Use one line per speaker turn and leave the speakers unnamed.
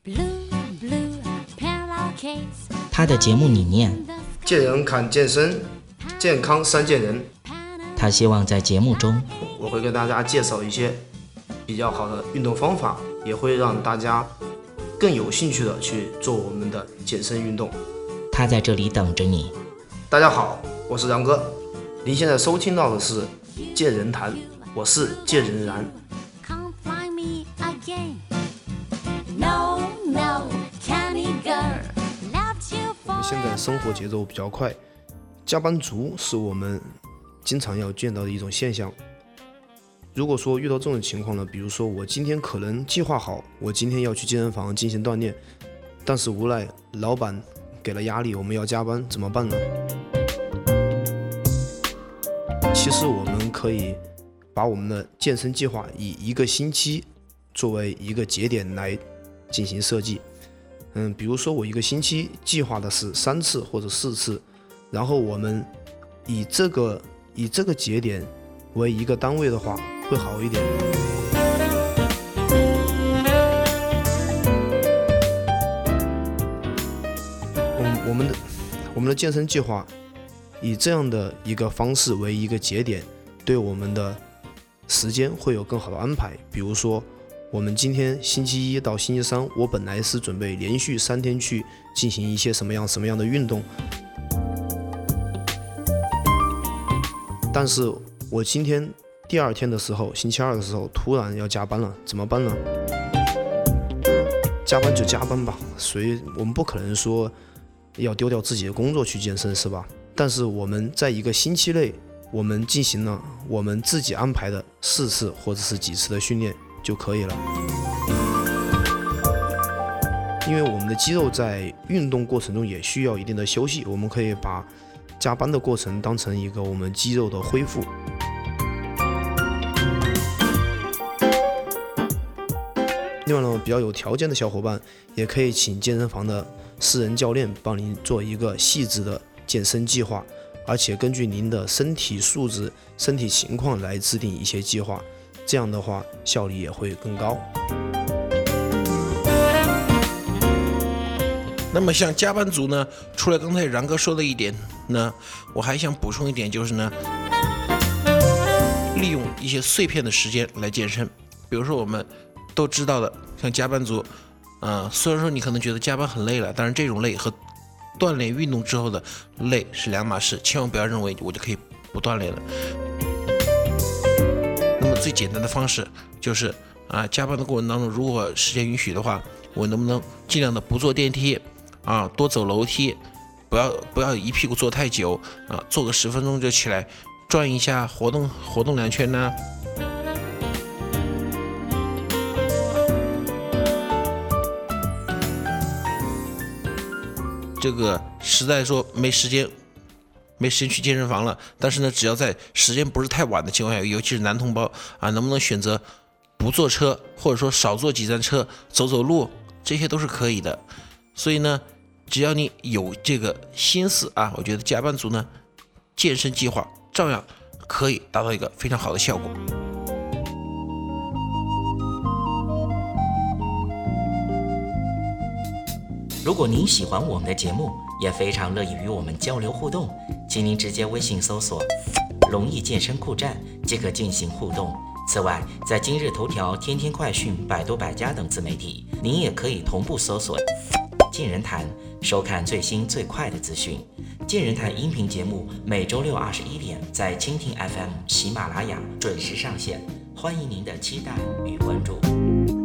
他的节目理念：
见人看健身，健康三见人。
他希望在节目中，
我会给大家介绍一些比较好的运动方法，也会让大家更有兴趣的去做我们的健身运动。
他在这里等着你。
大家好，我是杨哥，您现在收听到的是健人谈，我是健人然。现在生活节奏比较快，加班族是我们经常要见到的一种现象。如果说遇到这种情况呢，比如说我今天可能计划好，我今天要去健身房进行锻炼，但是无奈老板给了压力，我们要加班，怎么办呢？其实我们可以把我们的健身计划以一个星期作为一个节点来进行设计。比如说我一个星期计划的是3次或者4次，然后我们以这个节点为一个单位的话会好一点。我们的健身计划以这样的一个方式为一个节点，对我们的时间会有更好的安排。比如说我们今天星期一到星期三，我本来是准备连续3天去进行一些什么样的运动，但是我今天第2天的时候，星期二的时候突然要加班了，怎么办呢？加班就加班吧，我们不可能说要丢掉自己的工作去健身，是吧？但是我们在一个星期内，我们进行了我们自己安排的4次或者是几次的训练就可以了。因为我们的肌肉在运动过程中也需要一定的休息，我们可以把加班的过程当成一个我们肌肉的恢复。另外呢，比较有条件的小伙伴也可以请健身房的私人教练帮您做一个细致的健身计划，而且根据您的身体素质、身体情况来制定一些计划，这样的话效率也会更高。
那么像加班族呢，除了刚才然哥说的一点呢，我还想补充一点，就是呢，利用一些碎片的时间来健身。比如说我们都知道的，像加班族，虽然说你可能觉得加班很累了，但是这种累和锻炼运动之后的累是两码事，千万不要认为我就可以不锻炼了。那么最简单的方式就是加班的过程当中，如果时间允许的话，我能不能尽量的不坐电梯多走楼梯，不要一屁股坐太久坐个10分钟就起来转一下，活动2圈呢？这个实在说没时间去健身房了，但是呢，只要在时间不是太晚的情况下，尤其是男同胞能不能选择不坐车，或者说少坐几站车，走走路，这些都是可以的。所以呢，只要你有这个心思我觉得加班族呢，健身计划照样可以达到一个非常好的效果。
如果您喜欢我们的节目，也非常乐意与我们交流互动，请您直接微信搜索龙易健身酷站即可进行互动。此外，在今日头条、天天快讯、百度百家等自媒体，您也可以同步搜索健人谈，收看最新最快的资讯。健人谈音频节目每周六21点在蜻蜓 FM、喜马拉雅准时上线，欢迎您的期待与关注。